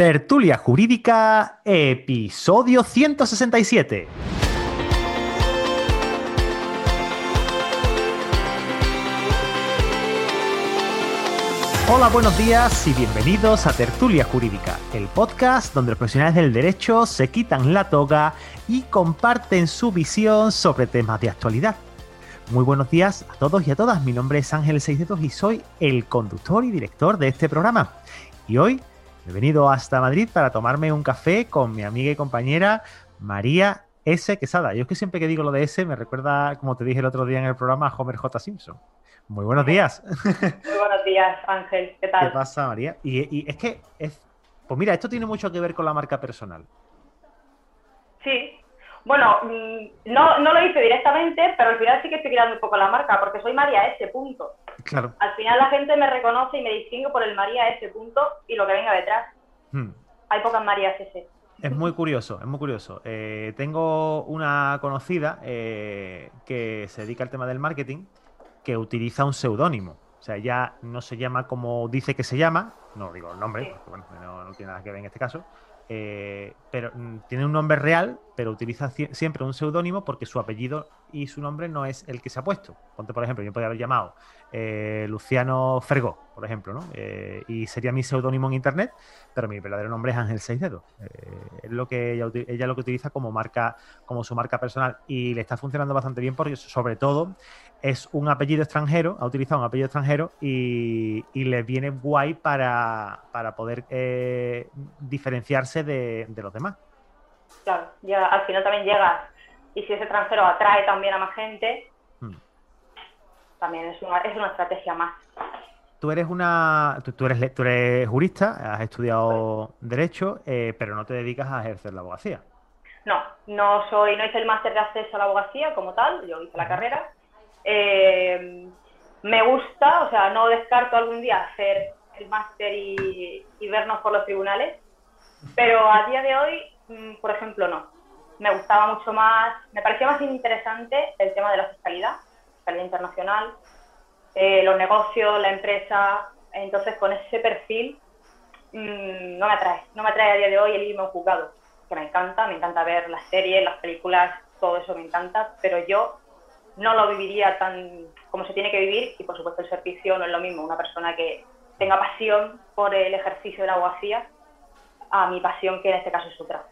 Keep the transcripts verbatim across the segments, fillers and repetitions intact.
Tertulia Jurídica, episodio ciento sesenta y siete. Hola, buenos días y bienvenidos a Tertulia Jurídica, el podcast donde los profesionales del derecho se quitan la toga y comparten su visión sobre temas de actualidad. Muy buenos días a todos y a todas. Mi nombre es Ángel Seisdedos y soy el conductor y director de este programa. Y hoy he venido hasta Madrid para tomarme un café con mi amiga y compañera María S. Quesada. Yo es que siempre que digo lo de S me recuerda, como te dije el otro día en el programa, a Homer J. Simpson. Muy buenos días. Muy buenos días, Ángel. ¿Qué tal? ¿Qué pasa, María? Y, y es que, es, pues mira, esto tiene mucho que ver con la marca personal. Sí. Bueno, no, no lo hice directamente, pero al final sí que estoy creando un poco la marca, porque soy María S. Punto. Claro. Al final la gente me reconoce y me distingue por el María S. Punto y lo que venga detrás. Hmm. Hay pocas Marías S. Es muy curioso, es muy curioso. Eh, tengo una conocida eh, que se dedica al tema del marketing, que utiliza un seudónimo. O sea, ella no se llama como dice que se llama, no digo el nombre, Sí. porque bueno, no, no tiene nada que ver en este caso, eh, pero mm, tiene un nombre real, pero utiliza ci- siempre un seudónimo porque su apellido y su nombre no es el que se ha puesto. Ponte, por ejemplo, yo podría haber llamado eh, Luciano Fergó, por ejemplo, ¿no? Eh, y sería mi seudónimo en internet, pero mi verdadero nombre es Ángel Seisdedos. Eh, es lo que ella, uti- ella lo que utiliza como marca, como su marca personal, y le está funcionando bastante bien porque, sobre todo, es un apellido extranjero, ha utilizado un apellido extranjero y, y le viene guay para, para poder eh, diferenciarse de, de los demás. Claro, ya al final también llegas, y si ese extranjero atrae también a más gente, Hmm. también es una, es una estrategia más. Tú eres una, tú, tú eres, le- tú eres jurista, has estudiado Derecho, eh, pero no te dedicas a ejercer la abogacía. No, no soy, no hice el máster de acceso a la abogacía como tal, yo hice la Ujú. carrera. Eh, me gusta, o sea, no descarto algún día hacer el máster y, y vernos por los tribunales, pero a día de hoy, mmm, por ejemplo, no. Me gustaba mucho más, me parecía más interesante el tema de la fiscalidad, fiscalidad internacional, eh, los negocios, la empresa. Entonces con ese perfil mmm, no me atrae, no me atrae a día de hoy el irme a un juzgado, que me encanta, me encanta ver las series, las películas, todo eso me encanta, pero yo no lo viviría tan como se tiene que vivir, y por supuesto el servicio no es lo mismo. Una persona que tenga pasión por el ejercicio de la abogacía a mi pasión, que en este caso es otra.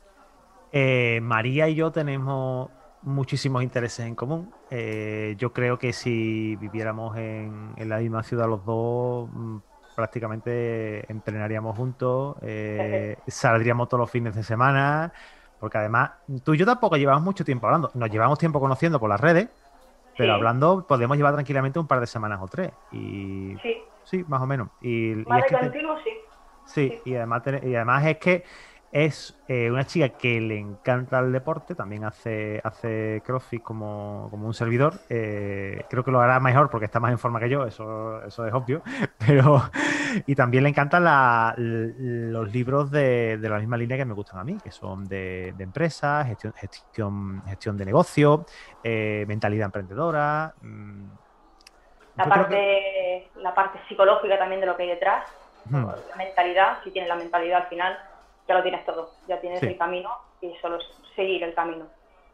Eh, María y yo tenemos muchísimos intereses en común. Eh, yo creo que si viviéramos en, en la misma ciudad los dos, mm, prácticamente entrenaríamos juntos, eh, saldríamos todos los fines de semana, porque además tú y yo tampoco llevamos mucho tiempo hablando. Nos llevamos tiempo conociendo por las redes, pero Sí, hablando podemos llevar tranquilamente un par de semanas o tres. Y sí, sí, más o menos. Y, y más es de que te- continuo, sí, Sí, sí. y además, te- y además es que es eh, una chica que le encanta el deporte, también hace, hace CrossFit como, como un servidor. Eh, creo que lo hará mejor porque está más en forma que yo, eso, eso es obvio. Pero, y también le encantan la- l- los libros de, de la misma línea que me gustan a mí, que son de, de empresas, gestión, gestión, gestión de negocio, eh, mentalidad emprendedora. mm. La Yo creo que... parte, la parte psicológica también de lo que hay detrás, Hmm, la mentalidad, si tienes la mentalidad al final, ya lo tienes todo, ya tienes sí. el camino y solo es seguir el camino.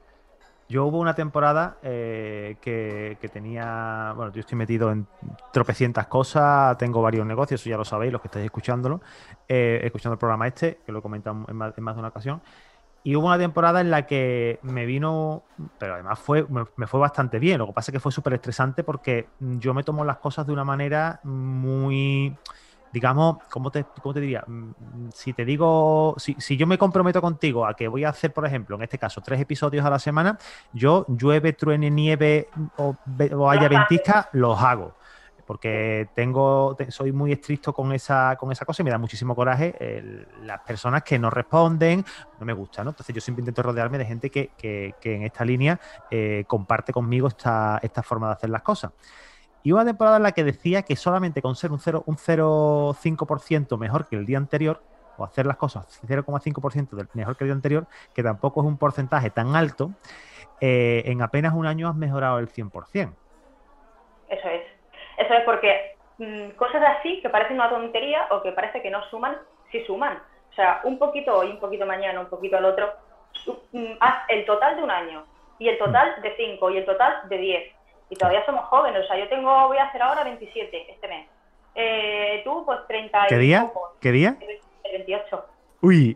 Yo hubo una temporada eh, que, que tenía, bueno, yo estoy metido en tropecientas cosas, tengo varios negocios, eso ya lo sabéis, los que estáis escuchándolo, eh, escuchando el programa este, que lo he comentado en más, en más de una ocasión, y hubo una temporada en la que me vino, pero además fue, me, me fue bastante bien, lo que pasa es que fue súper estresante porque yo me tomo las cosas de una manera muy digamos, ¿cómo te, cómo te diría? Mm, Si te digo, si, si yo me comprometo contigo a que voy a hacer, por ejemplo, en este caso, tres episodios a la semana, yo llueve, truene, nieve o, ve- o haya Los haces, ventisca, los hago. sí. Porque tengo, te- soy muy estricto con esa, con esa cosa y me da muchísimo coraje el- las personas que no responden, no me gusta, ¿no? Entonces yo siempre intento rodearme de gente que, que- que en esta línea eh, comparte conmigo esta, esta forma de hacer las cosas. Y una temporada en la que decía que solamente con ser un cero, un cero coma cinco por ciento mejor que el día anterior, o hacer las cosas cero coma cinco por ciento del- mejor que el día anterior, que tampoco es un porcentaje tan alto, eh, en apenas un año has mejorado el cien por ciento. Eso es. Eso es porque mmm, cosas así que parecen una tontería o que parece que no suman, sí suman. O sea, un poquito hoy, un poquito mañana, un poquito al otro. Haz el total de un año, y el total de cinco, y el total de diez. Y todavía somos jóvenes. O sea, yo tengo, voy a hacer ahora veintisiete este mes. Eh, tú, pues treinta ¿Qué y día? poco. ¿Qué día? El veintiocho. Uy,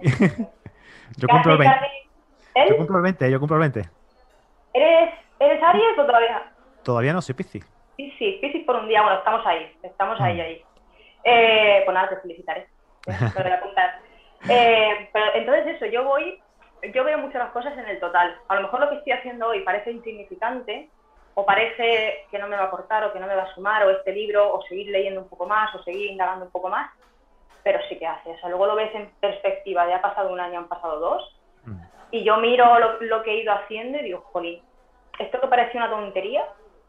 yo cumplo el Casi, veinte. casi. ¿Él? Yo cumplo el veinte, yo cumplo el veinte. ¿Eres, ¿Eres Aries o todavía? Todavía no soy Piscis. Piscis, Piscis por un día. Bueno, estamos ahí. Estamos ahí, Mm. ahí. Eh, pues nada, te felicitaré. ¿eh? Lo voy a apuntar. Eh, pero entonces eso, yo voy, yo veo muchas las cosas en el total. A lo mejor lo que estoy haciendo hoy parece insignificante, o parece que no me va a aportar, o que no me va a sumar, o este libro, o seguir leyendo un poco más, o seguir indagando un poco más, pero sí que hace. O sea, luego lo ves en perspectiva de ha pasado un año, han pasado dos, mm. y yo miro lo, lo que he ido haciendo y digo, jolín, esto que parecía una tontería,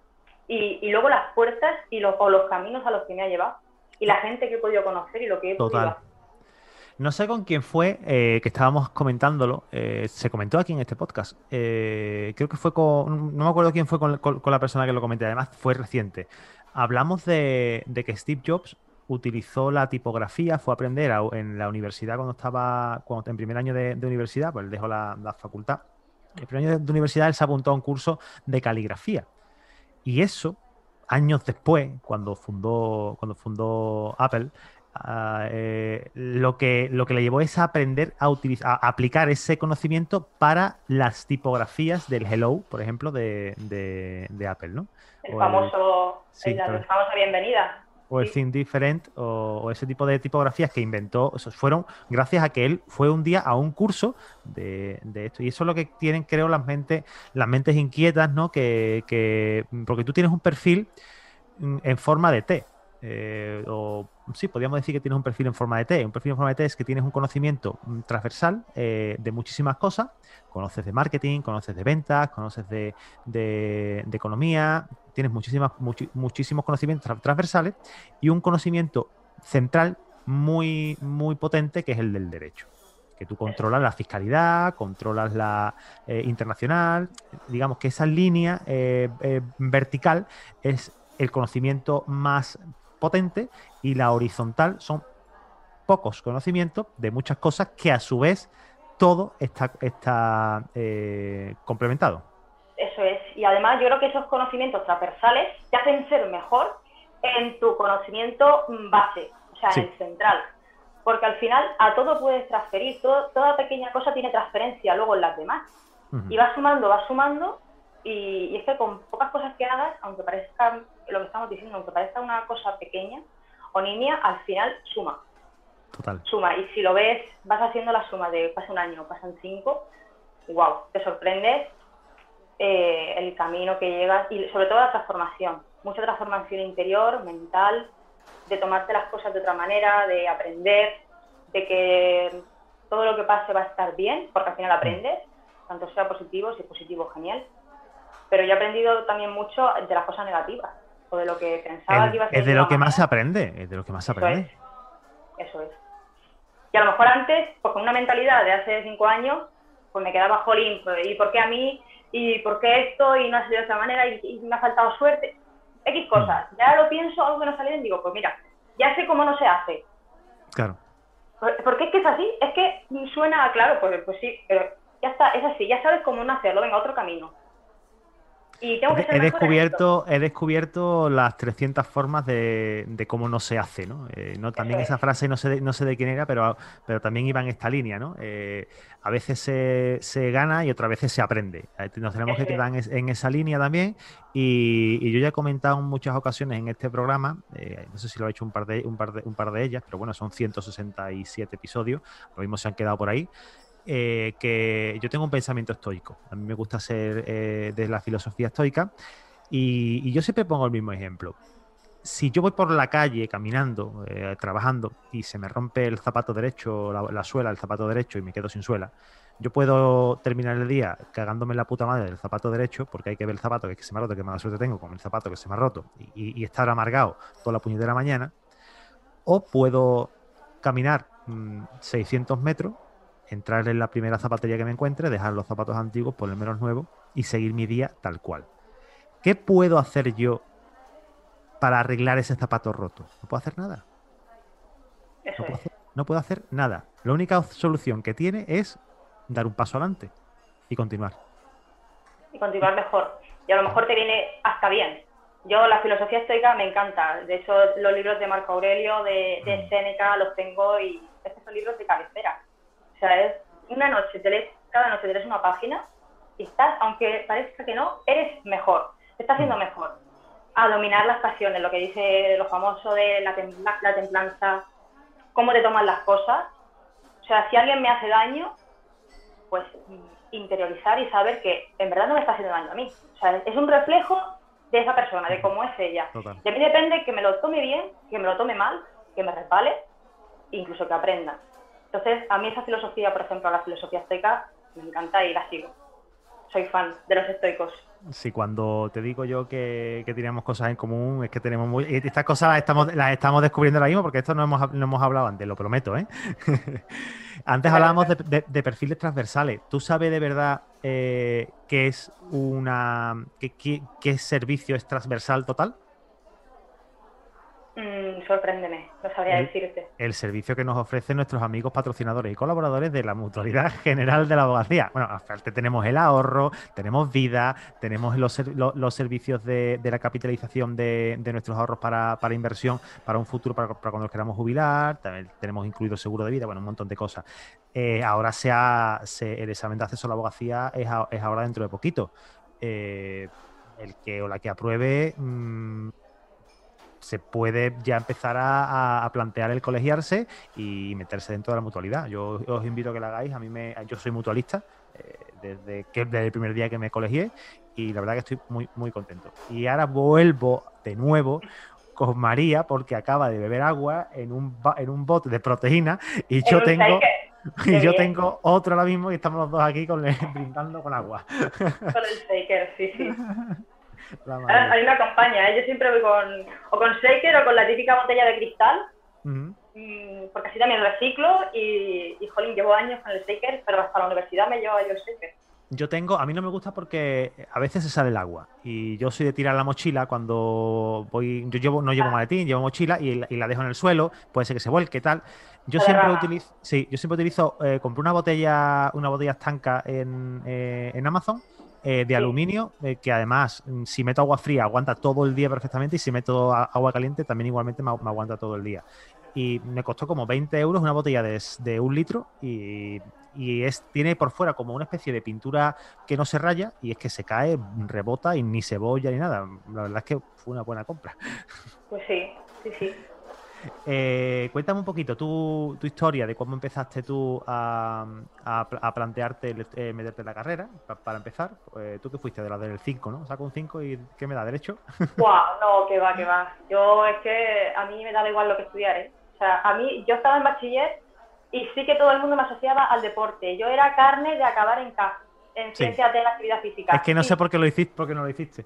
y, y luego las puertas y los, o los caminos a los que me ha llevado, y la gente que he podido conocer y lo que he Total. podido hacer. No sé con quién fue, eh, que estábamos comentándolo, eh, se comentó aquí en este podcast. Eh, creo que fue con, no me acuerdo quién fue con, con- con la persona que lo comenté, además fue reciente. Hablamos de, de que Steve Jobs utilizó la tipografía, fue a aprender a- en la universidad cuando estaba cuando, en primer año de, de universidad, pues él dejó la, la facultad. En el primer año de, de universidad él se apuntó a un curso de caligrafía. Y eso, años después, cuando fundó, cuando fundó Apple, ah, eh, lo que, lo que le llevó es a aprender a, utilizar, a aplicar ese conocimiento para las tipografías del Hello, por ejemplo, de, de- de Apple, ¿no? El O el, famoso, sí, la pero- famosa bienvenida. o el Sí. Think Different, o, o ese tipo de tipografías que inventó, esos fueron gracias a que él fue un día a un curso de, de esto. Y eso es lo que tienen, creo, las mentes, las mentes inquietas, ¿no? Que, que, porque tú tienes un perfil mm, en forma de T. Eh, o sí, podríamos decir que tienes un perfil en forma de T. Un perfil en forma de T es que tienes un conocimiento mm, transversal eh, de muchísimas cosas. Conoces de marketing, conoces de ventas, conoces de, de- de economía, tienes muchísimas, muchi- muchísimos conocimientos tra- transversales y un conocimiento central muy, muy potente que es el del derecho. Que tú controlas la fiscalidad, controlas la eh, internacional, digamos que esa línea eh, eh, vertical es el conocimiento más potente y la horizontal son pocos conocimientos de muchas cosas que a su vez todo está, está eh, complementado. Eso es. Y además yo creo que esos conocimientos transversales te hacen ser mejor en tu conocimiento base, o sea, Sí. en el central. Porque al final a todo puedes transferir, todo, toda pequeña cosa tiene transferencia luego en las demás. Uh-huh. Y vas sumando, vas sumando, y, y es que con pocas cosas que hagas, aunque parezca, lo que estamos diciendo, aunque parezca una cosa pequeña o nimia, al final suma. Total. Suma. Y si lo ves, vas haciendo la suma de pasa un año, pasan cinco, wow, te sorprendes eh, el camino que llegas y sobre todo la transformación. Mucha transformación interior, mental, de tomarte las cosas de otra manera, de aprender, de que todo lo que pase va a estar bien, porque al final aprendes, tanto sea positivo, si es positivo, genial. Pero yo he aprendido también mucho de las cosas negativas, o de lo que pensaba el, que iba a ser. Es de lo que más se aprende, es de lo que más se aprende. Eso es, eso es. Y a lo mejor antes, pues con una mentalidad de hace cinco años, pues me quedaba jolín, ¿y por qué a mí? ¿Y por qué esto? Y no ha sido de esta manera, y, y me ha faltado suerte. X cosas. Ya lo pienso, algo que no sale bien, digo, pues mira, ya sé cómo no se hace. Claro. ¿Por qué es que es así? Es que suena claro, pues, pues sí, pero ya está, es así, ya sabes cómo no hacerlo, venga, otro camino. Y tengo que ser he, mejor descubierto, he descubierto las trescientas formas de, de cómo no se hace, ¿no? Eh, ¿no? También esa frase no sé, de, no sé de quién era, pero, pero también iba en esta línea, ¿no? Eh, a veces se, se gana y otras veces se aprende. Nos tenemos que quedar en, en esa línea también. Y, y yo ya he comentado en muchas ocasiones en este programa, eh, no sé si lo he hecho un par, de, un, par de, un par de ellas, pero bueno, son ciento sesenta y siete episodios, lo mismo se han quedado por ahí. Eh, que yo tengo un pensamiento estoico. A mí me gusta ser eh, de la filosofía estoica y, y yo siempre pongo el mismo ejemplo. Si yo voy por la calle caminando, eh, trabajando y se me rompe el zapato derecho, la, la suela del zapato derecho y me quedo sin suela, yo puedo terminar el día cagándome en la puta madre del zapato derecho porque hay que ver el zapato que se me ha roto, que mala suerte tengo con el zapato que se me ha roto y, y, y estar amargado toda la puñetera mañana, o puedo caminar mmm, seiscientos metros, entrar en la primera zapatería que me encuentre, dejar los zapatos antiguos, ponerme los nuevos y seguir mi día tal cual. ¿Qué puedo hacer yo para arreglar ese zapato roto? No puedo hacer nada. Eso No puedo es. hacer, no puede hacer nada. La única solución que tiene es dar un paso adelante y continuar. Y continuar mejor. Y a lo mejor te viene hasta bien. Yo la filosofía estoica me encanta. De hecho, los libros de Marco Aurelio, de, de Séneca, los tengo y estos son libros de cabecera. O sea, es una noche, te lees, cada noche te lees una página y estás, aunque parezca que no, eres mejor. Te estás haciendo mejor. A dominar las pasiones, lo que dice lo famoso de la, templa, la templanza, cómo te toman las cosas. O sea, si alguien me hace daño, pues interiorizar y saber que en verdad no me está haciendo daño a mí. O sea, es un reflejo de esa persona, de cómo es ella. Total. De mí depende que me lo tome bien, que me lo tome mal, que me resbale, incluso que aprenda. Entonces, a mí esa filosofía, por ejemplo, la filosofía estoica, me encanta y la sigo. Soy fan de los estoicos. Sí, cuando te digo yo que, que teníamos cosas en común, es que tenemos muy... y estas cosas las estamos, las estamos descubriendo ahora mismo porque esto no hemos, no hemos hablado antes, lo prometo, ¿eh? Antes hablábamos de, de- de perfiles transversales. ¿Tú sabes de verdad eh, qué es una... qué, qué- qué servicio es transversal total? Mm, sorpréndeme, no sabría El, decirte. el servicio que nos ofrecen nuestros amigos patrocinadores y colaboradores de la Mutualidad General de la Abogacía. Bueno, aparte tenemos el ahorro, tenemos vida, tenemos los, ser- lo- los servicios de, de la capitalización de, de nuestros ahorros para, para inversión, para un futuro, para, para cuando nos queramos jubilar, también tenemos incluido el seguro de vida, bueno, un montón de cosas. Eh, ahora se ha- se- el examen de acceso a la abogacía es, a- es ahora dentro de poquito. Eh, el que o la que apruebe, mm, se puede ya empezar a, a- a plantear el colegiarse y meterse dentro de la mutualidad. Yo os invito a que lo hagáis. A mí me, yo soy mutualista eh, desde, que, desde el primer día que me colegié y la verdad que estoy muy, muy contento. Y ahora vuelvo de nuevo con María porque acaba de beber agua en un, ba- en un bote de proteína y En yo un tengo... shaker. Y Qué yo bien. tengo otro ahora mismo y estamos los dos aquí con, brindando con agua. Con el shaker, sí, sí. La A, a madre. mí me acompaña, ¿eh? Yo siempre voy con, o con shaker o con la típica botella de cristal, Ujú. mmm, porque así también reciclo y, y, jolín, llevo años con el shaker, pero hasta la universidad me llevo yo el shaker. Yo tengo, a mí no me gusta porque a veces se sale el agua y yo soy de tirar la mochila cuando voy, yo llevo, no llevo Ah, maletín, llevo mochila y, la y la dejo en el suelo, puede ser que se vuelque, tal. Yo se siempre derrama. utilizo, sí, yo siempre utilizo, eh, compré una botella, una botella estanca en, eh, en Amazon eh, de Sí. aluminio, eh, que además, mm, si meto agua fría, aguanta todo el día perfectamente y si meto a- agua caliente, también igualmente me, agu- me aguanta todo el día. Y me costó como veinte euros una botella de, de un litro y, y es, tiene por fuera como una especie de pintura que no se raya y es que se cae, rebota y ni cebolla ni nada. La verdad es que fue una buena compra. Pues sí, sí, sí. Eh, cuéntame un poquito tu, tu historia de cómo empezaste tú a, a, a plantearte el- eh, meterte en la carrera, pa- para empezar. Eh, tú que fuiste de la del cinco, ¿no? Saco un cinco y ¿qué me da? ¿Derecho? Buah, no, que va, que va. Yo es que a mí me daba igual lo que estudiar, ¿eh? O sea, a mí, yo estaba en bachiller y sí que todo el mundo me asociaba al deporte. Yo era carne de acabar en C A F, en Sí. Ciencias de la Actividad Es Física. que no sé Y por qué lo hiciste, por qué no lo hiciste.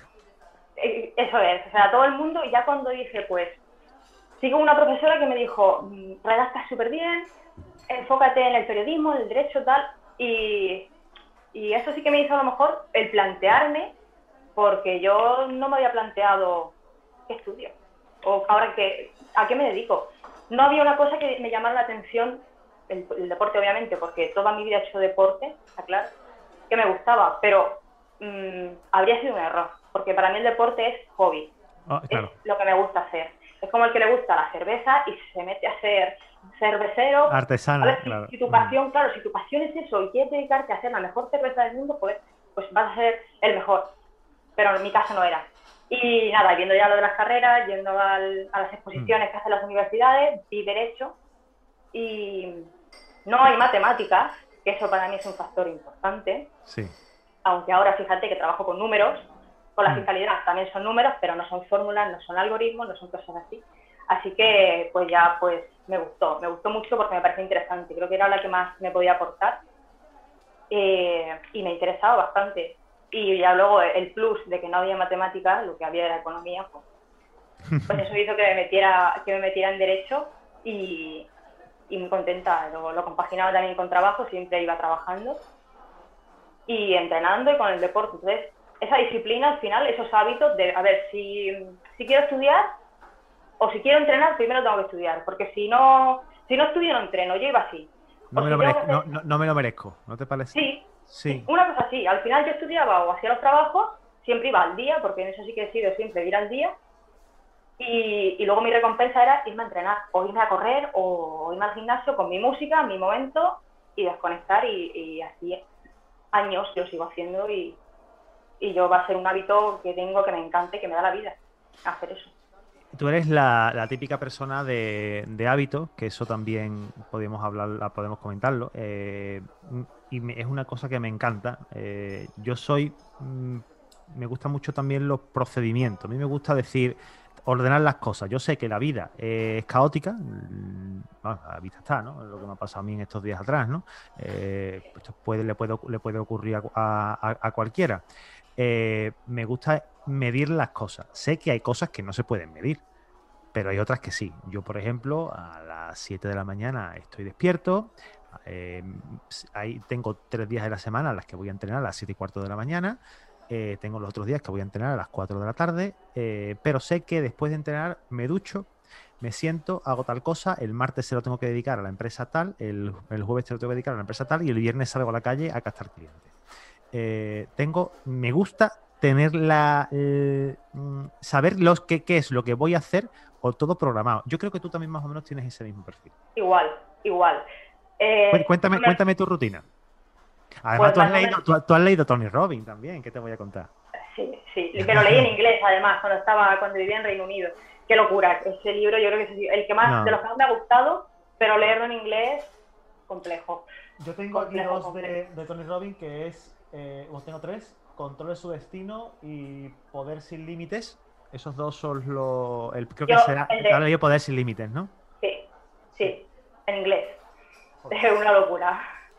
eh, eso es, o sea, todo el mundo, y ya cuando dije, pues, sigo una profesora que me dijo, mm, redactas súper bien, enfócate en el periodismo, en el derecho, tal, y, y eso sí que me hizo a lo mejor el plantearme, porque yo no me había planteado qué estudio, o ahora qué, a qué me dedico. No había una cosa que me llamara la atención, el, el deporte obviamente, porque toda mi vida he hecho deporte, está claro, que me gustaba, pero mmm, habría sido un error, porque para mí el deporte es hobby, Ah, es claro, lo que me gusta hacer. Es como el que le gusta la cerveza y se mete a ser cervecero. A artesana, ver, si, claro. si tu Mm. pasión, claro, si tu pasión es eso y quieres dedicarte a hacer la mejor cerveza del mundo, pues, pues vas a ser el mejor. Pero en mi caso no era. Y nada, viendo ya lo de las carreras, yendo al, a las Mm. exposiciones que hacen las universidades, vi derecho y no hay matemáticas, que eso para mí es un factor importante, Sí. aunque ahora fíjate que trabajo con números, con la Mm. fiscalidad también son números, pero no son fórmulas, no son algoritmos, no son cosas así. Así que pues ya pues me gustó, me gustó mucho porque me pareció interesante, creo que era la que más me podía aportar eh, y me interesaba bastante. Y ya luego el plus de que no había matemáticas, lo que había era economía, pues, pues eso hizo que me metiera, que me metiera en derecho y, y muy contenta, lo, lo compaginaba también con trabajo, siempre iba trabajando y entrenando y con el deporte. Entonces, esa disciplina al final, esos hábitos de, a ver, si, si quiero estudiar o si quiero entrenar, primero tengo que estudiar, porque si no, Si no estudio, no entreno, yo iba así. No O me si lo tengo que merezco, no, hacer... no, no me lo merezco, ¿no te parece? Sí, sí, Sí. una cosa así. Al final yo estudiaba o hacía los trabajos, siempre iba al día, porque en eso sí que he sido siempre ir al día. Y, y luego mi recompensa era irme a entrenar, o irme a correr, o irme al gimnasio con mi música, mi momento, y desconectar. Y, y así años yo sigo haciendo y, y yo va a ser un hábito que tengo, que me encante, que me da la vida hacer eso. Tú eres la, la típica persona de, de hábito, que eso también podemos hablar, podemos comentarlo, eh, y me- es una cosa que me encanta. Eh, yo soy, mm, me gustan mucho también los procedimientos. A mí me gusta decir, ordenar las cosas. Yo sé que la vida eh, es caótica, mm, bueno, a la vista está, ¿no? Lo que me ha pasado a mí en estos días atrás, ¿no? Eh, esto puede, le puede, le puede ocurrir a, a- a cualquiera. Eh, me gusta medir las cosas. Sé que hay cosas que no se pueden medir, pero hay otras que sí. Yo, por ejemplo, a las siete de la mañana estoy despierto. eh, ahí tengo tres días de la semana en las que voy a entrenar a las siete y cuarto de la mañana. eh, tengo los otros días que voy a entrenar a las cuatro de la tarde. eh, pero sé que después de entrenar me ducho, me siento, hago tal cosa. El martes se lo tengo que dedicar a la empresa tal. El, el jueves se lo tengo que dedicar a la empresa tal. Y el viernes salgo a la calle a captar clientes. Eh, tengo, me gusta tener la, eh, mm, saber los que, qué es lo que voy a hacer o todo programado. Yo creo que tú también más o menos tienes ese mismo perfil. Igual, igual. Cué- Eh, Cuéntame, me- cuéntame tu rutina. Además, pues tú has más o leído, menos, tú, tú has leído Tony Robbins también, ¿qué te voy a contar? sí, sí. Pero leí en inglés, además, cuando estaba, cuando vivía en Reino Unido. Qué locura. Ese libro yo creo que es el que más, de No, los que más me ha gustado, pero leerlo en inglés, complejo. yo tengo aquí Complejo, dos complejo. de, de Tony Robbins, que es, eh, os tengo tres, Control de su destino y Poder sin límites. Esos dos son los, el, creo Yo, que será, el ahora de, leído Poder sin límites, ¿no? sí, Sí. sí, en inglés. Joder. Es una locura.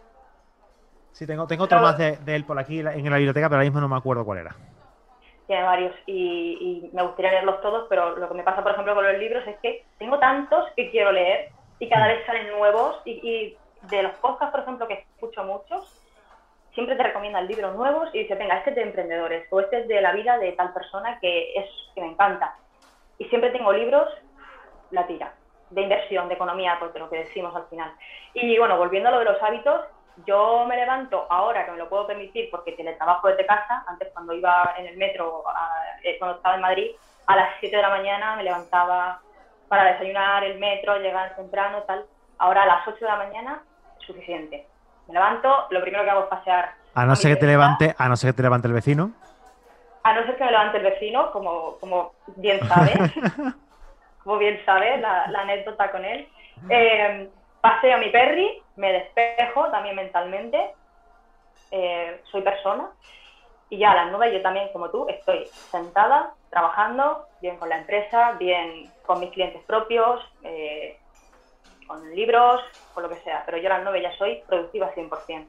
Sí, tengo, tengo otro más Pero de, de él por aquí en la biblioteca, pero ahora mismo no me acuerdo cuál era. tiene varios y, y me gustaría leerlos todos, pero lo que me pasa, por ejemplo, con los libros es que tengo tantos que quiero leer y cada Hmm. vez salen nuevos y, y de los podcasts, por ejemplo, que escucho muchos, siempre te recomiendan libros nuevos y dice, venga, este es de emprendedores o este es de la vida de tal persona que es que me encanta. Y siempre tengo libros, la tira, de inversión, de economía, porque lo que decimos al final. Y bueno, volviendo a lo de los hábitos, yo me levanto ahora que me lo puedo permitir porque teletrabajo desde casa. Antes, cuando iba en el metro, a, eh, cuando estaba en Madrid, a las siete de la mañana me levantaba para desayunar, el metro, llegar temprano, tal. Ahora a las ocho de la mañana, suficiente. Me levanto, lo primero que hago es pasear A no a mi ser que te perrita, levante, a no ser que te levante el vecino. a no ser que me levante el vecino, como, como bien sabes, como bien sabes, la, la anécdota con él. Eh, paseo a mi perri, me despejo también mentalmente, eh, soy persona, y ya a las nueve yo también, como tú, estoy sentada, trabajando, bien con la empresa, bien con mis clientes propios, eh, con libros, con lo que sea, pero yo a las nueve ya soy productiva cien por ciento.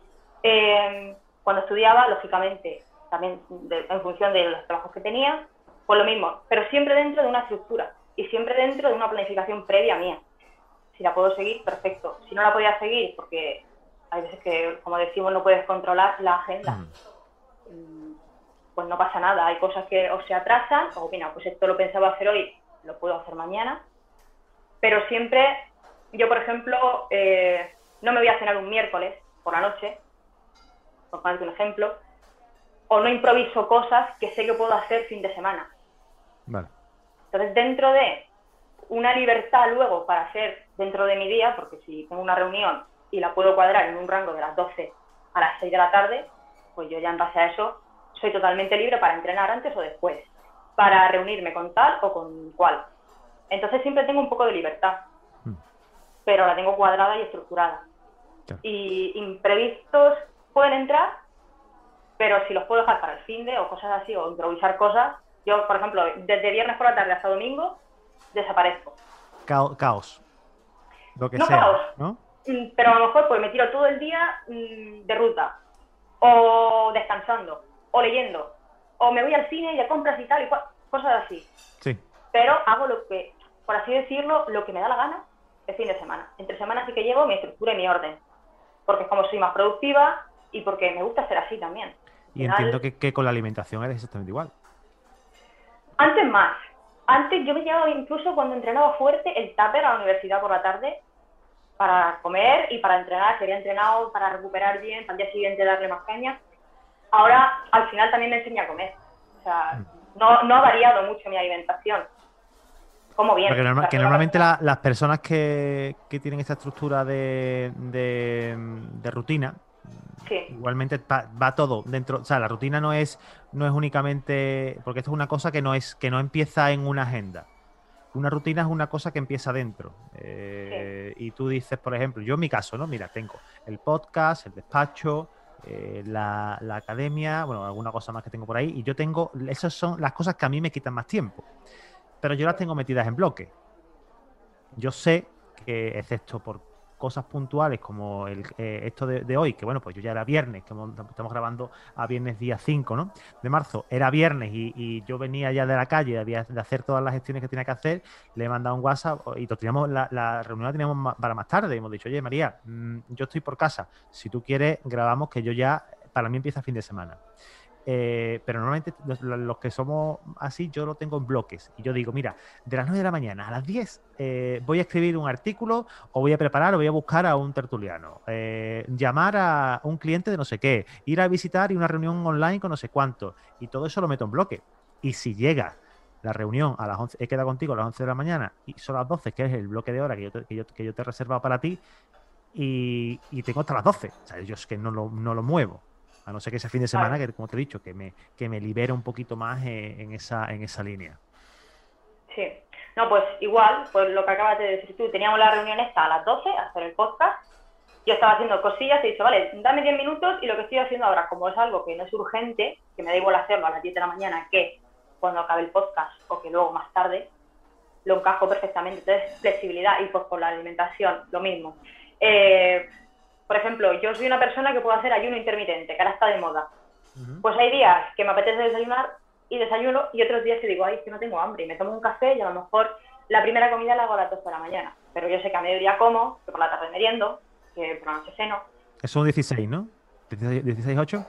Eh, cuando estudiaba, lógicamente, también de, en función de los trabajos que tenía, pues lo mismo, pero siempre dentro de una estructura y siempre dentro de una planificación previa mía. Si la puedo seguir, perfecto. Si no la podía seguir, porque hay veces que, como decimos, no puedes controlar la agenda, pues no pasa nada. Hay cosas que o se atrasan, o mira, pues esto lo pensaba hacer hoy, lo puedo hacer mañana. Pero siempre, yo por ejemplo, eh, no me voy a cenar un miércoles por la noche, por ponerte un ejemplo, o no improviso cosas que sé que puedo hacer fin de semana. Vale. Entonces, dentro de una libertad luego para hacer dentro de mi día, porque si tengo una reunión y la puedo cuadrar en un rango de las doce a las seis de la tarde, pues yo ya en base a eso soy totalmente libre para entrenar antes o después, para reunirme con tal o con cual. Entonces siempre tengo un poco de libertad, Mm. pero la tengo cuadrada y estructurada. Claro. Y imprevistos pueden entrar, pero si los puedo dejar para el fin de o cosas así, o improvisar cosas, yo, por ejemplo, desde viernes por la tarde hasta domingo, desaparezco. Cao- caos. Lo que No sea, caos, ¿no? pero a lo mejor pues me tiro todo el día mmm, de ruta, o descansando, o leyendo, o me voy al cine y a compras y tal, y cual, cosas así. Sí. Pero hago lo que, por así decirlo, lo que me da la gana el fin de semana. Entre semana sí que llevo mi estructura y mi orden, porque es como soy más productiva y porque me gusta ser así también. Al Y final, entiendo que, que con la alimentación eres exactamente igual. antes más. Antes yo me llevaba incluso cuando entrenaba fuerte el tupper a la universidad por la tarde para comer y para entrenar. Quería entrenado para recuperar bien, para el día siguiente darle más caña. Ahora, al final, también me enseña a comer. O sea, no, no ha variado mucho mi alimentación. Como bien. Porque normal, O sea, que soy una normalmente persona... la- las personas que, que tienen esta estructura de, de, de rutina, Sí, igualmente va, va todo dentro. O sea, la rutina no es, no es únicamente. Porque esto es una cosa que no es, que no empieza en una agenda. Una rutina es una cosa que empieza dentro. sí. Eh, y tú dices, por ejemplo, yo en mi caso, ¿no? Mira, tengo el podcast, el despacho, eh, la, la academia, bueno, alguna cosa más que tengo por ahí, y yo tengo, esas son las cosas que a mí me quitan más tiempo, pero yo las tengo metidas en bloques. Yo sé que, excepto por cosas puntuales como el, eh, esto de, de hoy, que bueno, pues yo ya era viernes, que hemos- estamos grabando a viernes día cinco, ¿no? De marzo, era viernes y, y yo venía ya de la calle, había de hacer todas las gestiones que tenía que hacer, le he mandado un WhatsApp y lo teníamos, la, la reunión la teníamos ma- para más tarde y hemos dicho, oye María, mm, yo estoy por casa, si tú quieres grabamos que yo ya, para mí empieza fin de semana. Eh, pero normalmente los, los que somos así, yo lo tengo en bloques. Y yo digo, mira, de las nueve de la mañana a las diez eh, voy a escribir un artículo o voy a preparar o voy a buscar a un tertuliano. Eh, llamar a un cliente de no sé qué. Ir a visitar y una reunión online con no sé cuánto. Y todo eso lo meto en bloque. Y si llega la reunión a las once, he quedado contigo a las once de la mañana y son las doce, que es el bloque de hora que yo te, que yo, que yo te he reservado para ti, y, y tengo hasta las doce. O sea, yo es que no lo, no lo muevo. A no ser que ese fin de semana, Vale. que como te he dicho, que me, que me libere un poquito más en, en esa, en esa línea. Sí. No, pues igual, pues lo que acabas de decir tú, teníamos la reunión esta a las doce, a hacer el podcast. Yo estaba haciendo cosillas y he dicho, vale, dame diez minutos y lo que estoy haciendo ahora, como es algo que no es urgente, que me da igual hacerlo a las diez de la mañana que cuando acabe el podcast o que luego más tarde, lo encajo perfectamente. Entonces, flexibilidad y pues con la alimentación, lo mismo. Eh, por ejemplo, yo soy una persona que puede hacer ayuno intermitente, que ahora está de moda. Uh-huh. Pues hay días que me apetece desayunar y desayuno y otros días que digo, ay, es que no tengo hambre y me tomo un café y a lo mejor la primera comida la hago a las dos de la mañana. Pero yo sé que a mediodía como, que por la tarde meriendo, que por la noche ceno. Es un dieciséis, ¿no? ¿dieciséis ocho?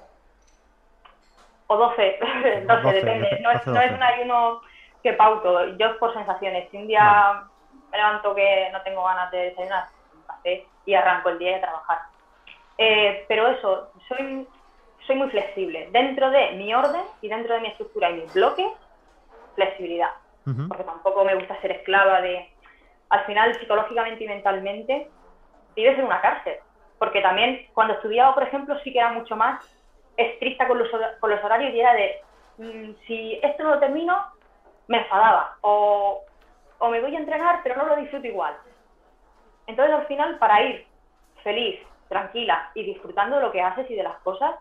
O doce, O doce, doce, depende. No es, doce, no es doce. un ayuno que pauto, yo es por sensaciones. Si un Vale. día me levanto que no tengo ganas de desayunar, un café y arranco el día y a trabajar. Eh, pero eso, soy, soy muy flexible. Dentro de mi orden y dentro de mi estructura y mis bloques, flexibilidad. Uh-huh. Porque tampoco me gusta ser esclava de... Al final, psicológicamente y mentalmente, vives en una cárcel. Porque también, cuando estudiaba, por ejemplo, sí que era mucho más estricta con los, con los horarios y era de, mmm, si esto no lo termino, me enfadaba. O, o me voy a entrenar, pero no lo disfruto igual. Entonces, al final, para ir feliz, tranquila y disfrutando de lo que haces y de las cosas,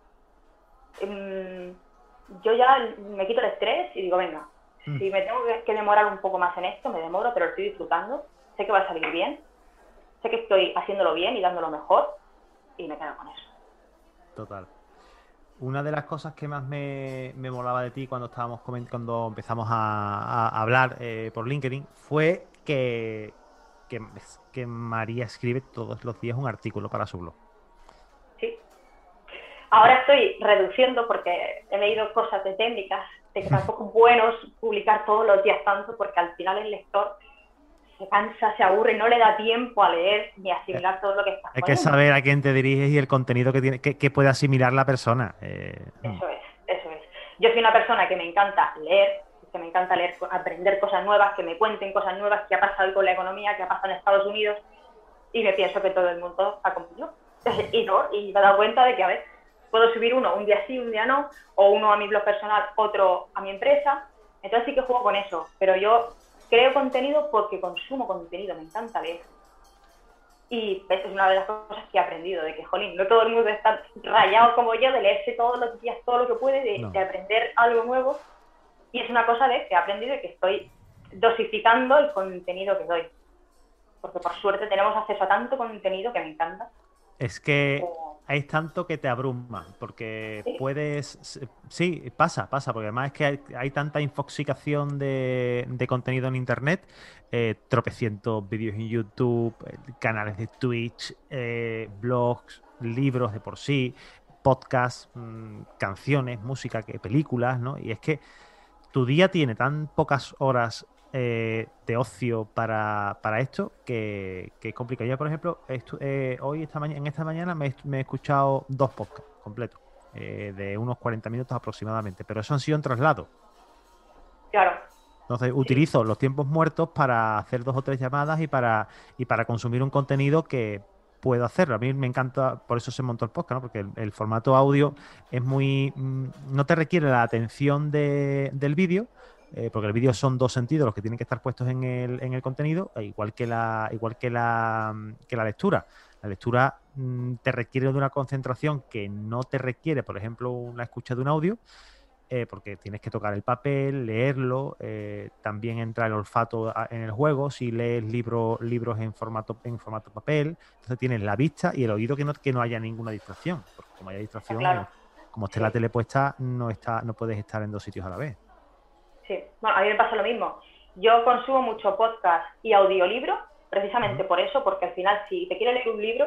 mmm, yo ya me quito el estrés y digo, venga, Mm. si me tengo que demorar un poco más en esto, me demoro, pero lo estoy disfrutando, sé que va a salir bien, sé que estoy haciéndolo bien y dándolo mejor y me quedo con eso. Total. Una de las cosas que más me, me molaba de ti cuando estábamos coment- cuando empezamos a, a hablar eh, por LinkedIn fue que, que, que María escribe todos los días un artículo para su blog. Sí. Ahora estoy reduciendo porque he leído cosas de técnicas, de que tampoco es bueno publicar todos los días tanto porque al final el lector se cansa, se aburre, no le da tiempo a leer ni a Eh, asimilar todo lo que estás Hay que poniendo. saber a quién te diriges y el contenido que tiene, que, que puede asimilar la persona. Eh, mm. Eso es, eso es. Yo soy una persona que me encanta leer, que me encanta leer, aprender cosas nuevas, que me cuenten cosas nuevas, que ha pasado hoy con la economía, que ha pasado en Estados Unidos, y me pienso que todo el mundo está como yo. Y no, y me he dado cuenta de que, a ver, puedo subir uno un día sí, un día no, o uno a mi blog personal, otro a mi empresa. Entonces sí que juego con eso, pero yo creo contenido porque consumo contenido, me encanta leer. Y esa es una de las cosas que he aprendido, de que, jolín, no todo el mundo está rayado como yo de leerse todos los días todo lo que puede, de, No. de aprender algo nuevo. Y es una cosa de que he aprendido y que estoy dosificando el contenido que doy. Porque por suerte tenemos acceso a tanto contenido que me encanta. Es que Como... hay tanto que te abruma, porque Sí, puedes... Sí, pasa, pasa, porque además es que hay, hay tanta infoxicación de, de contenido en Internet, eh, tropecientos vídeos en YouTube, eh, canales de Twitch, eh, blogs, libros de por sí, podcasts, mmm, canciones, música, que películas, ¿no? Y es que tu día tiene tan pocas horas eh, de ocio para, para esto que, que es complicado. Yo, por ejemplo, estu- eh, hoy, esta mañana, en esta mañana me, he me he escuchado dos podcasts completos, eh, de unos cuarenta minutos aproximadamente, pero eso han sido en traslado. Claro, Entonces, sí, utilizo los tiempos muertos para hacer dos o tres llamadas y para, y para consumir un contenido que puedo hacerlo. A mí me encanta, por eso se montó el podcast, ¿no? Porque el, el formato audio es muy... mm, no te requiere la atención de- del vídeo, eh, porque el vídeo son dos sentidos los que tienen que estar puestos en el, en el contenido, e igual que la, igual que la, mm, que la lectura. La lectura mm, te requiere de una concentración que no te requiere, por ejemplo, una escucha de un audio, eh, porque tienes que tocar el papel, leerlo, eh, también entra el olfato a- en el juego, si lees libro- libros en formato, en formato papel, entonces tienes la vista y el oído que no, que no haya ninguna distracción, porque como haya está distracción, como, claro. como esté la Sí, tele puesta, no, está, no puedes estar en dos sitios a la vez. sí. Bueno, a mí me pasa lo mismo. Yo consumo mucho podcast y audiolibro, precisamente Ujú. por eso, porque al final si te quieres leer un libro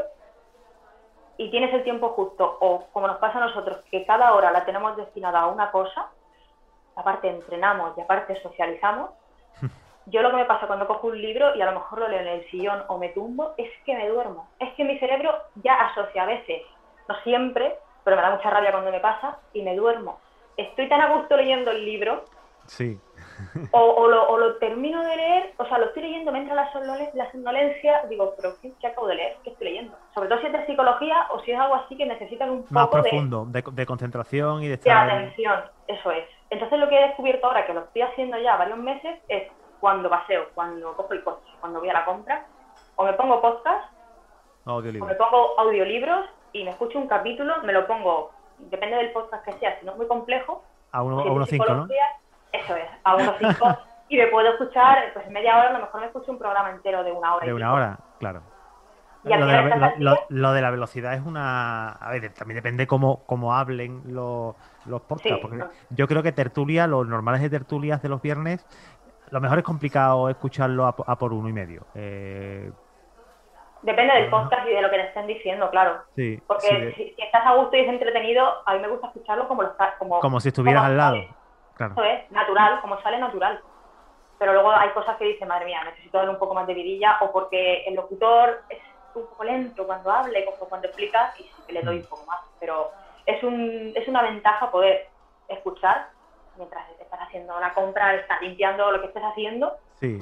y tienes el tiempo justo, o como nos pasa a nosotros, que cada hora la tenemos destinada a una cosa, aparte entrenamos y aparte socializamos, yo lo que me pasa cuando cojo un libro y a lo mejor lo leo en el sillón o me tumbo, es que me duermo. Es que mi cerebro ya asocia a veces, no siempre, pero me da mucha rabia cuando me pasa y me duermo. Estoy tan a gusto leyendo el libro Sí, o, o, lo, o lo termino de leer, o sea, lo estoy leyendo, me entra la, somnolen la somnolencia, digo, pero ¿qué, ¿qué acabo de leer? ¿Qué estoy leyendo? Sobre todo si es de psicología o si es algo así que necesitan un más poco de, profundo, de, de concentración y de de estar... atención, eso es. Entonces lo que he descubierto ahora, que lo estoy haciendo ya varios meses, es cuando paseo, cuando cojo el coche, cuando voy a la compra, o me pongo podcast, o me Audiolibro. pongo audiolibros y me escucho un capítulo, me lo pongo, depende del podcast que sea, si no es muy complejo, A o uno, si a es de uno cinco, ¿no? psicología, eso es, a unos cinco, y me puedo escuchar, pues media hora, a lo mejor me escucho un programa entero de una hora y De una pico. hora, claro. Y al Lo de la, final ve- estás lo, al día, lo- lo de la velocidad es una... A ver, también depende cómo, cómo hablen los, los podcasts, sí, porque yo creo que tertulia, los normales de tertulias de los viernes, lo mejor es complicado escucharlo a, po- a por uno y medio. Eh, depende a del lo mejor- podcast y de lo que te estén diciendo, claro. sí, sí, Porque de- si, si estás a gusto y es entretenido, a mí me gusta escucharlo como lo está, como, como si como estuvieras al lado. sale. Claro. Eso es, natural, como sale natural. Pero luego hay cosas que dicen, madre mía, necesito darle un poco más de vidilla, o porque el locutor es un poco lento cuando habla y como cuando explica, y sí que le doy Mm, un poco más. Pero es, un, es una ventaja poder escuchar mientras estás haciendo la compra, estás limpiando lo que estés haciendo. sí.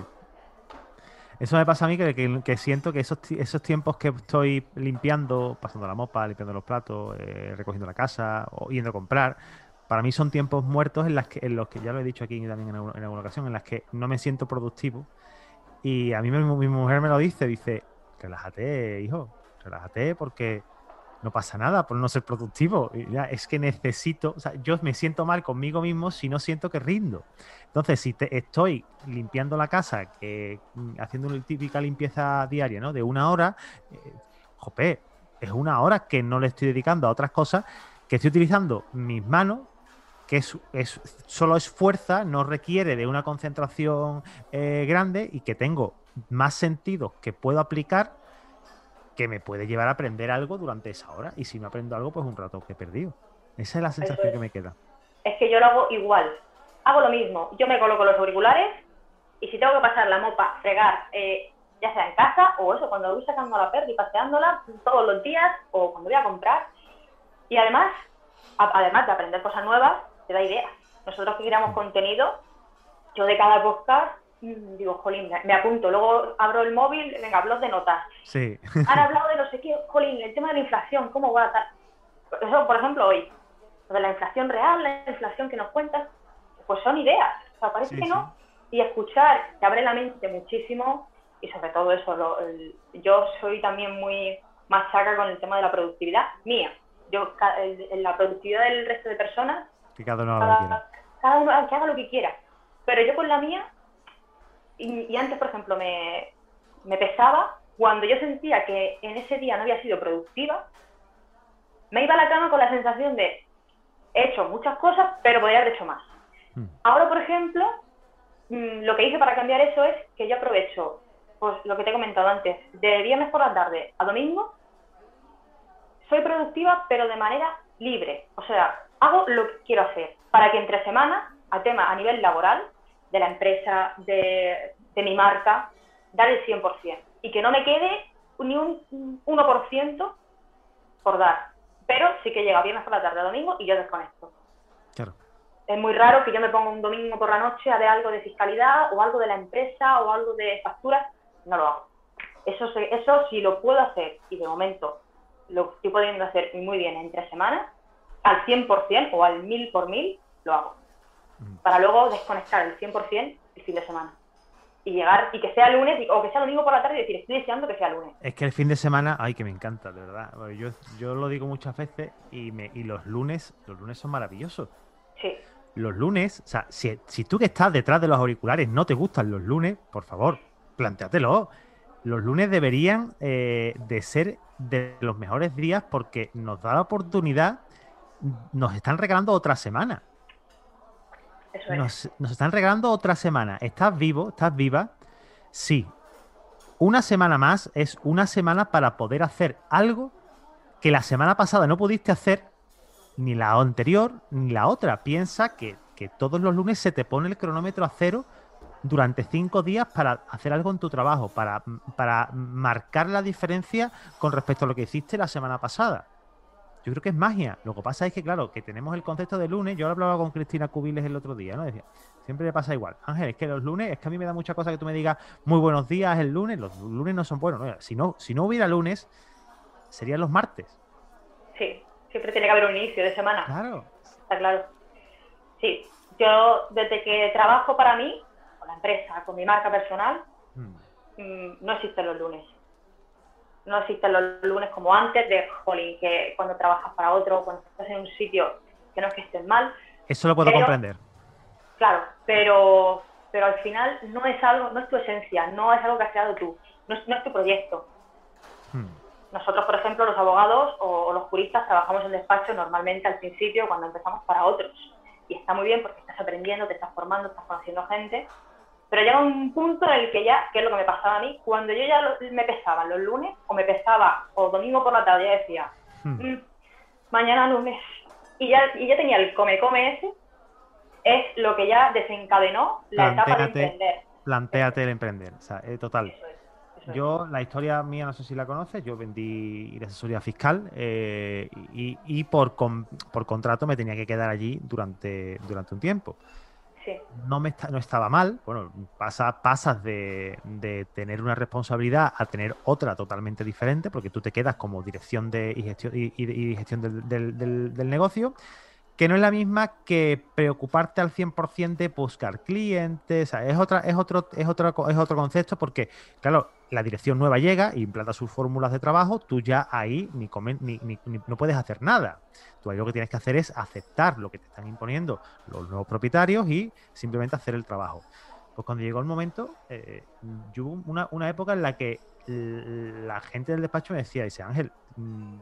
Eso me pasa a mí que, que- que siento que esos, ti- esos tiempos que estoy limpiando, pasando la mopa, limpiando los platos, eh, recogiendo la casa o yendo a comprar, para mí son tiempos muertos en, las que, en los que, ya lo he dicho aquí también en alguna, en alguna ocasión, en las que no me siento productivo. Y a mí mi, mi mujer me lo dice, dice, relájate, hijo, relájate porque no pasa nada por no ser productivo. Y ya, es que necesito, o sea, yo me siento mal conmigo mismo si no siento que rindo. Entonces, si te, estoy limpiando la casa, que mm, haciendo una típica limpieza diaria, ¿no? De una hora, eh, jope, es una hora que no le estoy dedicando a otras cosas, que estoy utilizando mis manos, que es, es solo es fuerza, no requiere de una concentración eh, grande y que tengo más sentidos que puedo aplicar que me puede llevar a aprender algo durante esa hora. Y si no aprendo algo, pues un rato que he perdido. Esa es la Eso sensación es. que me queda. Es que yo lo hago igual. Hago lo mismo. Yo me coloco los auriculares y si tengo que pasar la mopa, fregar, eh, ya sea en casa o eso, cuando voy sacando a la perra y paseándola todos los días o cuando voy a comprar. Y además, a, además de aprender cosas nuevas, te da ideas. Nosotros que creamos contenido, yo de cada podcast mmm, digo, jolín, me apunto, luego abro el móvil, venga, blog de notas. Sí. Han hablado de no sé qué, jolín, el tema de la inflación, ¿cómo va a tal? Eso, por ejemplo, hoy, lo de la inflación real, la inflación que nos cuentas, pues son ideas, o sea, parece Sí, que sí. no. Y escuchar te abre la mente muchísimo y sobre todo eso, lo, el, yo soy también muy machaca con el tema de la productividad mía. Yo, en la productividad del resto de personas, Que cada uno haga lo que quiera. cada, cada uno que haga lo que quiera. Pero yo con la mía, y, y antes, por ejemplo, me, me pesaba cuando yo sentía que en ese día no había sido productiva, me iba a la cama con la sensación de he hecho muchas cosas, pero podría haber hecho más. Mm. Ahora, por ejemplo, lo que hice para cambiar eso es que yo aprovecho, pues lo que te he comentado antes, de viernes por la tarde a domingo, soy productiva, pero de manera libre. O sea, hago lo que quiero hacer, para que entre semana, a tema a nivel laboral, de la empresa, de, de mi marca, dar el cien por ciento. Y que no me quede ni un uno por ciento por dar. Pero sí que llega viernes por la tarde, domingo, y yo desconecto. Claro. Es muy raro que yo me ponga un domingo por la noche a ver algo de fiscalidad o algo de la empresa o algo de facturas. No lo hago. Eso, eso sí lo puedo hacer, y de momento lo estoy pudiendo hacer muy bien entre semanas, al cien por ciento o al mil por mil, lo hago. Para luego desconectar el cien por ciento el fin de semana. Y llegar, y que sea lunes, o que sea domingo por la tarde, y decir, estoy deseando que sea lunes. Es que el fin de semana, ay, que me encanta, de verdad. Yo, yo lo digo muchas veces y, me, y los lunes, los lunes son maravillosos. Sí. Los lunes, o sea, si, si tú que estás detrás de los auriculares no te gustan los lunes, por favor, plantéatelo. Los lunes deberían eh, de ser de los mejores días porque nos da la oportunidad, nos están regalando otra semana. Eso es. Nos, nos están regalando otra semana. ¿Estás vivo? ¿Estás viva? Sí. Una semana más es una semana para poder hacer algo que la semana pasada no pudiste hacer, ni la anterior, ni la otra. Piensa que, que todos los lunes se te pone el cronómetro a cero durante cinco días para hacer algo en tu trabajo, para, para marcar la diferencia con respecto a lo que hiciste la semana pasada. Yo creo que es magia. Lo que pasa es que, claro, que tenemos el concepto de lunes. Yo hablaba con Cristina Cubiles el otro día, ¿no? Decía, siempre me pasa igual. Ángel, es que los lunes, es que a mí me da mucha cosa que tú me digas muy buenos días el lunes. Los lunes no son buenos, ¿no? Si no, si no hubiera lunes, serían los martes. Sí, siempre tiene que haber un inicio de semana. Claro. Está claro. Sí, yo desde que trabajo para mí, con la empresa, con mi marca personal, hmm. mmm, no existen los lunes. No existen los lunes como antes de, jolín, que cuando trabajas para otro, cuando estás en un sitio, que no es que estés mal. Eso lo puedo pero, comprender. Claro, pero, pero al final no es algo, no es tu esencia, no es algo que has creado tú, no es, no es tu proyecto. Hmm. Nosotros, por ejemplo, los abogados o, o los juristas trabajamos en despacho normalmente al principio cuando empezamos para otros. Y está muy bien porque estás aprendiendo, te estás formando, estás conociendo gente. Pero llega un punto en el que ya, que es lo que me pasaba a mí, cuando yo ya lo, me pesaba los lunes, o me pesaba, o domingo por la tarde, ya decía, hmm. mmm, mañana lunes, y ya, y ya tenía el come-come ese, es lo que ya desencadenó la plantéate, etapa de emprender. Plantéate el emprender, o sea, eh, total. Eso es, eso es. Yo, la historia mía, no sé si la conoces, yo vendí la asesoría fiscal eh, y, y por, con, por contrato me tenía que quedar allí durante, durante un tiempo. Sí. No, me no estaba mal, bueno, pasa, pasas de, de tener una responsabilidad a tener otra totalmente diferente, porque tú te quedas como dirección de, y gestión, y, y gestión del, del, del, del negocio, que no es la misma que preocuparte al cien por ciento de buscar clientes. O sea, es, otra, es, otro, es, otro, es otro concepto porque, claro, la dirección nueva llega e implanta sus fórmulas de trabajo, tú ya ahí ni, comen, ni, ni, ni no puedes hacer nada. Tú ahí lo que tienes que hacer es aceptar lo que te están imponiendo los nuevos propietarios y simplemente hacer el trabajo. Pues cuando llegó el momento, eh, yo hubo una, una época en la que la gente del despacho me decía, dice, Ángel, mmm,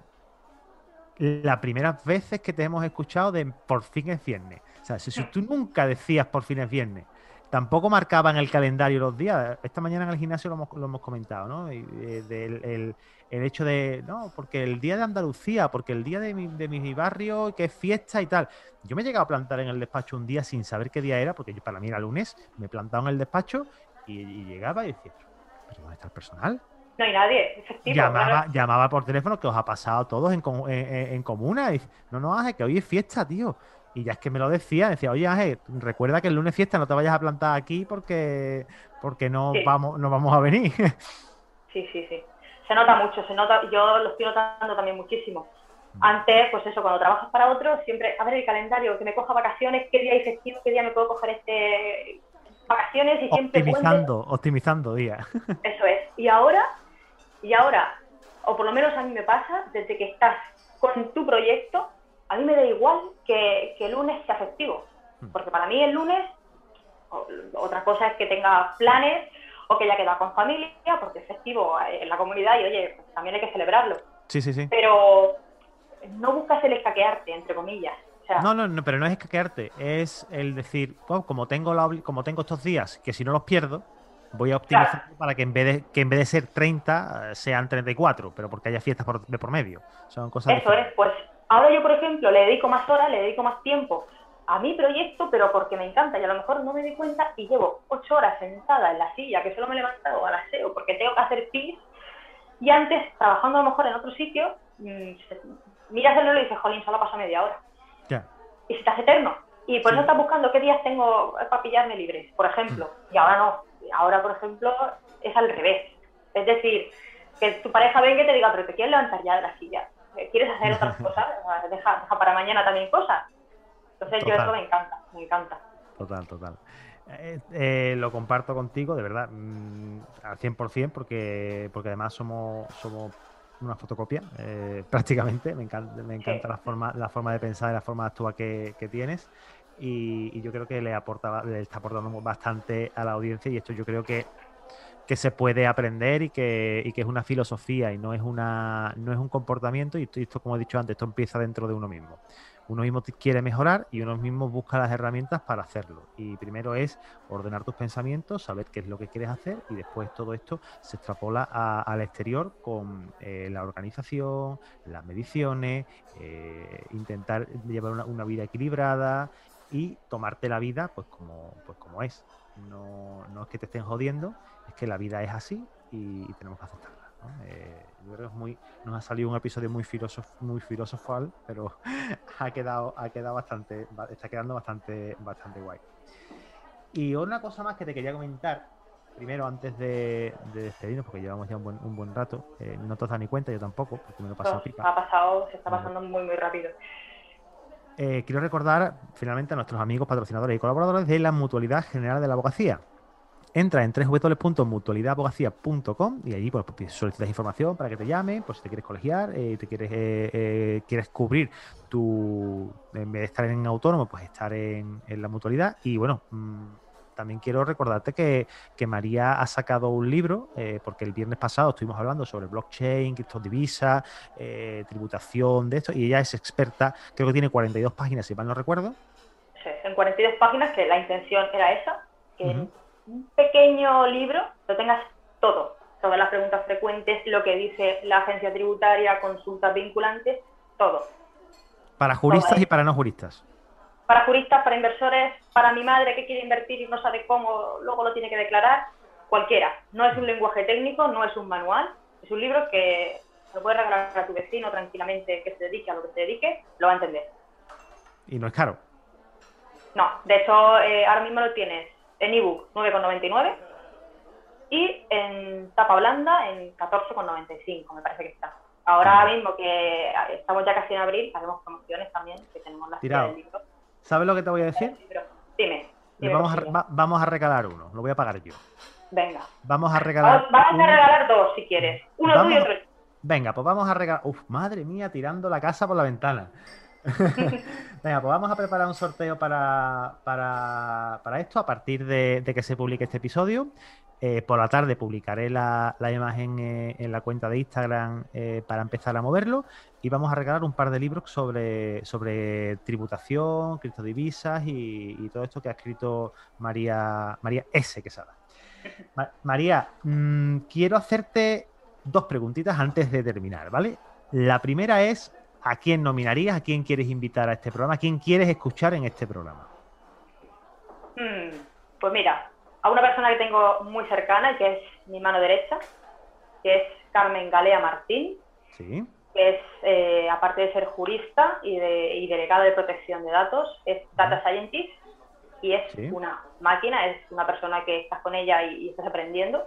las primeras veces que te hemos escuchado de por fin es viernes. O sea, si, si tú nunca decías por fin es viernes, tampoco marcaban el calendario los días. Esta mañana en el gimnasio lo hemos, lo hemos comentado, ¿no? Y, eh, del, el, el hecho de, no, porque el día de Andalucía, porque el día de mi, de mi barrio, que es fiesta y tal. Yo me he llegado a plantar en el despacho un día sin saber qué día era, porque yo, para mí era lunes, me he plantado en el despacho y, y llegaba y decía, ¿pero dónde está el personal? No hay nadie, efectivo. Llamaba, claro. llamaba por teléfono, que os ha pasado a todos en, en, en comuna. Y, no, no, Ángel, que hoy es fiesta, tío. Y ya es que me lo decía, decía, oye, Ángel, recuerda que el lunes fiesta, no te vayas a plantar aquí porque, porque no, sí. vamos, no vamos a venir. Sí, sí, sí. Se nota mucho, se nota, yo lo estoy notando también muchísimo. Antes, pues eso, cuando trabajas para otros, siempre, a ver el calendario, que me coja vacaciones, qué día hay festivo, qué día me puedo coger este vacaciones y siempre optimizando, puente. optimizando días. Eso es. Y ahora, y ahora, o por lo menos a mí me pasa, desde que estás con tu proyecto, a mí me da igual que, que el lunes sea festivo. Porque para mí el lunes, o, otra cosa es que tenga planes o que haya quedado con familia, porque es festivo en la comunidad y, oye, pues también hay que celebrarlo. Sí, sí, sí. Pero no buscas el escaquearte, entre comillas. O sea, no, no, no, pero no es escaquearte, es el decir, oh, como tengo la como tengo estos días, que si no los pierdo, voy a optimizar claro. para que en vez de que en vez de ser treinta sean treinta y cuatro, pero porque haya fiestas por, de por medio. Son cosas Eso diferentes. Es, pues ahora yo, por ejemplo, le dedico más horas, le dedico más tiempo a mi proyecto, pero porque me encanta y a lo mejor no me di cuenta y llevo ocho horas sentada en la silla, que solo me he levantado al aseo porque tengo que hacer pis, y antes, trabajando a lo mejor en otro sitio, mmm, miras el reloj y dices, jolín, solo pasa media hora. Yeah. Y se te hace eterno. Y por sí. eso estás buscando qué días tengo para pillarme libres, por ejemplo. Mm. Y ahora no. Ahora, por ejemplo, es al revés. Es decir, que tu pareja venga y te diga, pero te quieres levantar ya de la silla. ¿Quieres hacer otras cosas? Deja, deja para mañana también cosas. Entonces total. Yo eso me encanta, me encanta. Total, total. Eh, eh, lo comparto contigo, de verdad, mmm, al cien por ciento, porque, porque además somos, somos una fotocopia, eh, prácticamente. Me encanta, me encanta sí. la, forma, la forma de pensar y la forma de actuar que, que tienes. Y, y yo creo que le, aporta, le está aportando bastante a la audiencia, y esto yo creo que, que se puede aprender y que, y que es una filosofía y no es, una, no es un comportamiento. Y esto, como he dicho antes, esto empieza dentro de uno mismo. Uno mismo quiere mejorar y uno mismo busca las herramientas para hacerlo. Y primero es ordenar tus pensamientos, saber qué es lo que quieres hacer, y después todo esto se extrapola a, al exterior con eh, la organización, las mediciones, eh, intentar llevar una, una vida equilibrada y tomarte la vida pues como, pues como es. No, no es que te estén jodiendo, es que la vida es así y, y tenemos que aceptarla, ¿no? Eh, yo creo que es muy, nos ha salido un episodio muy filosof, muy filosofal, pero ha quedado, ha quedado bastante, está quedando bastante, bastante guay. Y una cosa más que te quería comentar, primero antes de, de despedirnos, porque llevamos ya un buen, un buen rato, eh, no te has dado ni cuenta, yo tampoco, porque me lo he pasado no, pipa. Ha pasado, se está pasando muy, muy rápido. Eh, quiero recordar finalmente a nuestros amigos, patrocinadores y colaboradores de la Mutualidad General de la Abogacía. Entra en doble u doble u doble u punto mutualidad abogacía punto com y allí pues, pues, solicitas información para que te llamen, pues si te quieres colegiar, eh, te quieres, eh, eh, quieres cubrir tu, en vez de estar en autónomo, pues estar en, en la mutualidad. Y bueno, mmm, también quiero recordarte que, que María ha sacado un libro, eh, porque el viernes pasado estuvimos hablando sobre blockchain, criptodivisas, eh, tributación de esto, y ella es experta, creo que tiene cuarenta y dos páginas, si mal no recuerdo. Sí, en cuarenta y dos páginas, que la intención era esa, que uh-huh. un pequeño libro lo tengas todo, sobre las preguntas frecuentes, lo que dice la agencia tributaria, consultas vinculantes, todo. Para juristas todo y para no juristas. Para juristas, para inversores, para mi madre que quiere invertir y no sabe cómo, luego lo tiene que declarar, cualquiera. No es un lenguaje técnico, no es un manual, es un libro que lo puedes regalar a tu vecino tranquilamente, que se dedique a lo que se dedique, lo va a entender. ¿Y no es caro? No, de hecho, eh, ahora mismo lo tienes en ebook nueve con noventa y nueve y en tapa blanda en catorce con noventa y cinco, me parece que está. Ahora mismo que estamos ya casi en abril, haremos promociones también, que tenemos la feria del libro. ¿Sabes lo que te voy a decir? Dime. dime vamos, a, va, vamos a regalar uno, lo voy a pagar yo. Venga. Vamos a regalar Vamos, vamos a regalar dos, si quieres. Uno vamos, tú y otro. Venga, pues vamos a regalar... Uf, madre mía, tirando la casa por la ventana. Venga, pues vamos a preparar un sorteo para, para, para esto a partir de, de que se publique este episodio. Eh, por la tarde publicaré la, la imagen eh, en la cuenta de Instagram eh, para empezar a moverlo, y vamos a regalar un par de libros sobre, sobre tributación, criptodivisas y, y todo esto que ha escrito María, María S. Quesada. Ma- María, mmm, quiero hacerte dos preguntitas antes de terminar, ¿vale? La primera es: ¿a quién nominarías? ¿A quién quieres invitar a este programa? ¿A quién quieres escuchar en este programa? Hmm, pues mira, a una persona que tengo muy cercana y que es mi mano derecha, que es Carmen Galea Martín, sí. que es, eh, aparte de ser jurista y, de, y delegada de protección de datos, es Data Scientist y es sí. una máquina, es una persona que estás con ella y, y estás aprendiendo.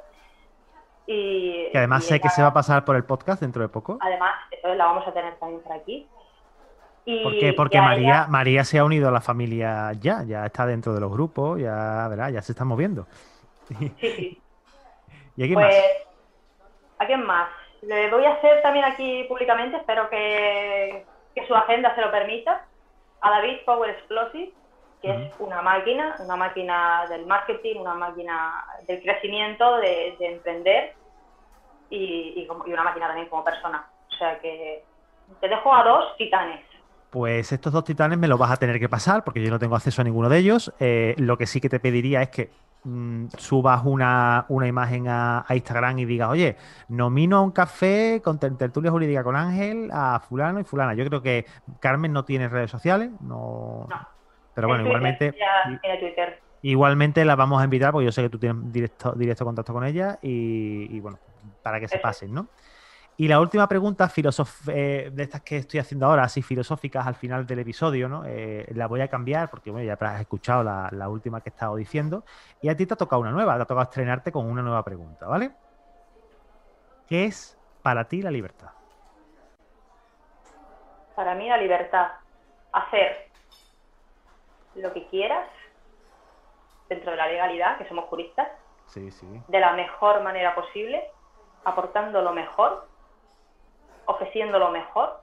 Y, que además y sé ella, que se va a pasar por el podcast dentro de poco. Además, eso la vamos a tener también por aquí. Y, ¿Por qué? Porque María, ella... María se ha unido a la familia ya, ya está dentro de los grupos, ya verá, ya se está moviendo. Sí, sí. ¿Y a quién pues, más? ¿A quién más? Le voy a hacer también aquí públicamente, espero que, que su agenda se lo permita, a David Power Explosive, que uh-huh. es una máquina, una máquina del marketing, una máquina del crecimiento, de, de emprender y, y, como, y una máquina también como persona. O sea que te dejo a dos titanes. Pues estos dos titanes me los vas a tener que pasar porque yo no tengo acceso a ninguno de ellos. Eh, lo que sí que te pediría es que mmm, subas una, una imagen a, a Instagram y digas, oye, nomino a un café con tertulia jurídica con Ángel a fulano y fulana. Yo creo que Carmen no tiene redes sociales, no... no. Pero En bueno, Twitter, igualmente, ya tiene Twitter. igualmente la vamos a invitar porque yo sé que tú tienes directo, directo contacto con ella y, y bueno, para que se Eso es. pasen, ¿no? Y la última pregunta filosof eh, de estas que estoy haciendo ahora, así filosóficas al final del episodio, ¿no? Eh, la voy a cambiar porque, bueno, ya has escuchado la, la última que he estado diciendo y a ti te ha tocado una nueva, te ha tocado estrenarte con una nueva pregunta, ¿vale? ¿Qué es para ti la libertad? Para mí la libertad, hacer lo que quieras dentro de la legalidad, que somos juristas, Sí, sí. de la mejor manera posible, aportando lo mejor, ofreciendo lo mejor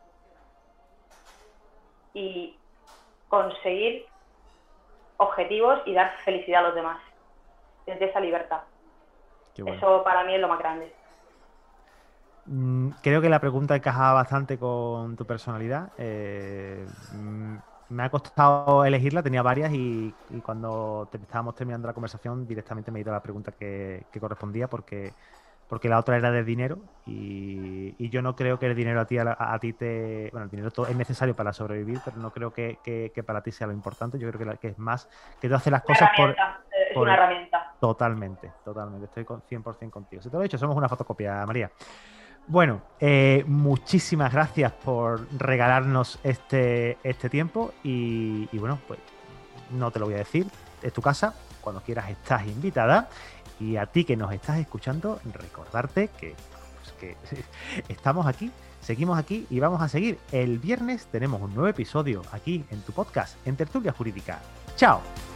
y conseguir objetivos y dar felicidad a los demás desde esa libertad. Qué bueno. Eso para mí es lo más grande. Mm, Creo que la pregunta encajaba bastante con tu personalidad. Eh, mm, me ha costado elegirla, tenía varias y, y cuando te- estábamos terminando la conversación directamente me he ido a la pregunta que, que correspondía porque, porque la otra era de dinero y, y yo no creo que el dinero a ti, a, a ti te... Bueno, el dinero to- es necesario para sobrevivir, pero no creo que, que- que para ti sea lo importante. Yo creo que, la- que es más que tú haces las Una cosas por, herramienta, eh, es por una el... herramienta. Totalmente, totalmente. Estoy con cien por ciento contigo. Si te lo he dicho, somos una fotocopia, María. Bueno, eh, muchísimas gracias por regalarnos este, este tiempo y, y bueno, pues no te lo voy a decir, es tu casa, cuando quieras estás invitada y a ti que nos estás escuchando, recordarte que, pues, que estamos aquí, seguimos aquí y vamos a seguir. El viernes tenemos un nuevo episodio aquí en tu podcast, en Tertulia Jurídica. ¡Chao!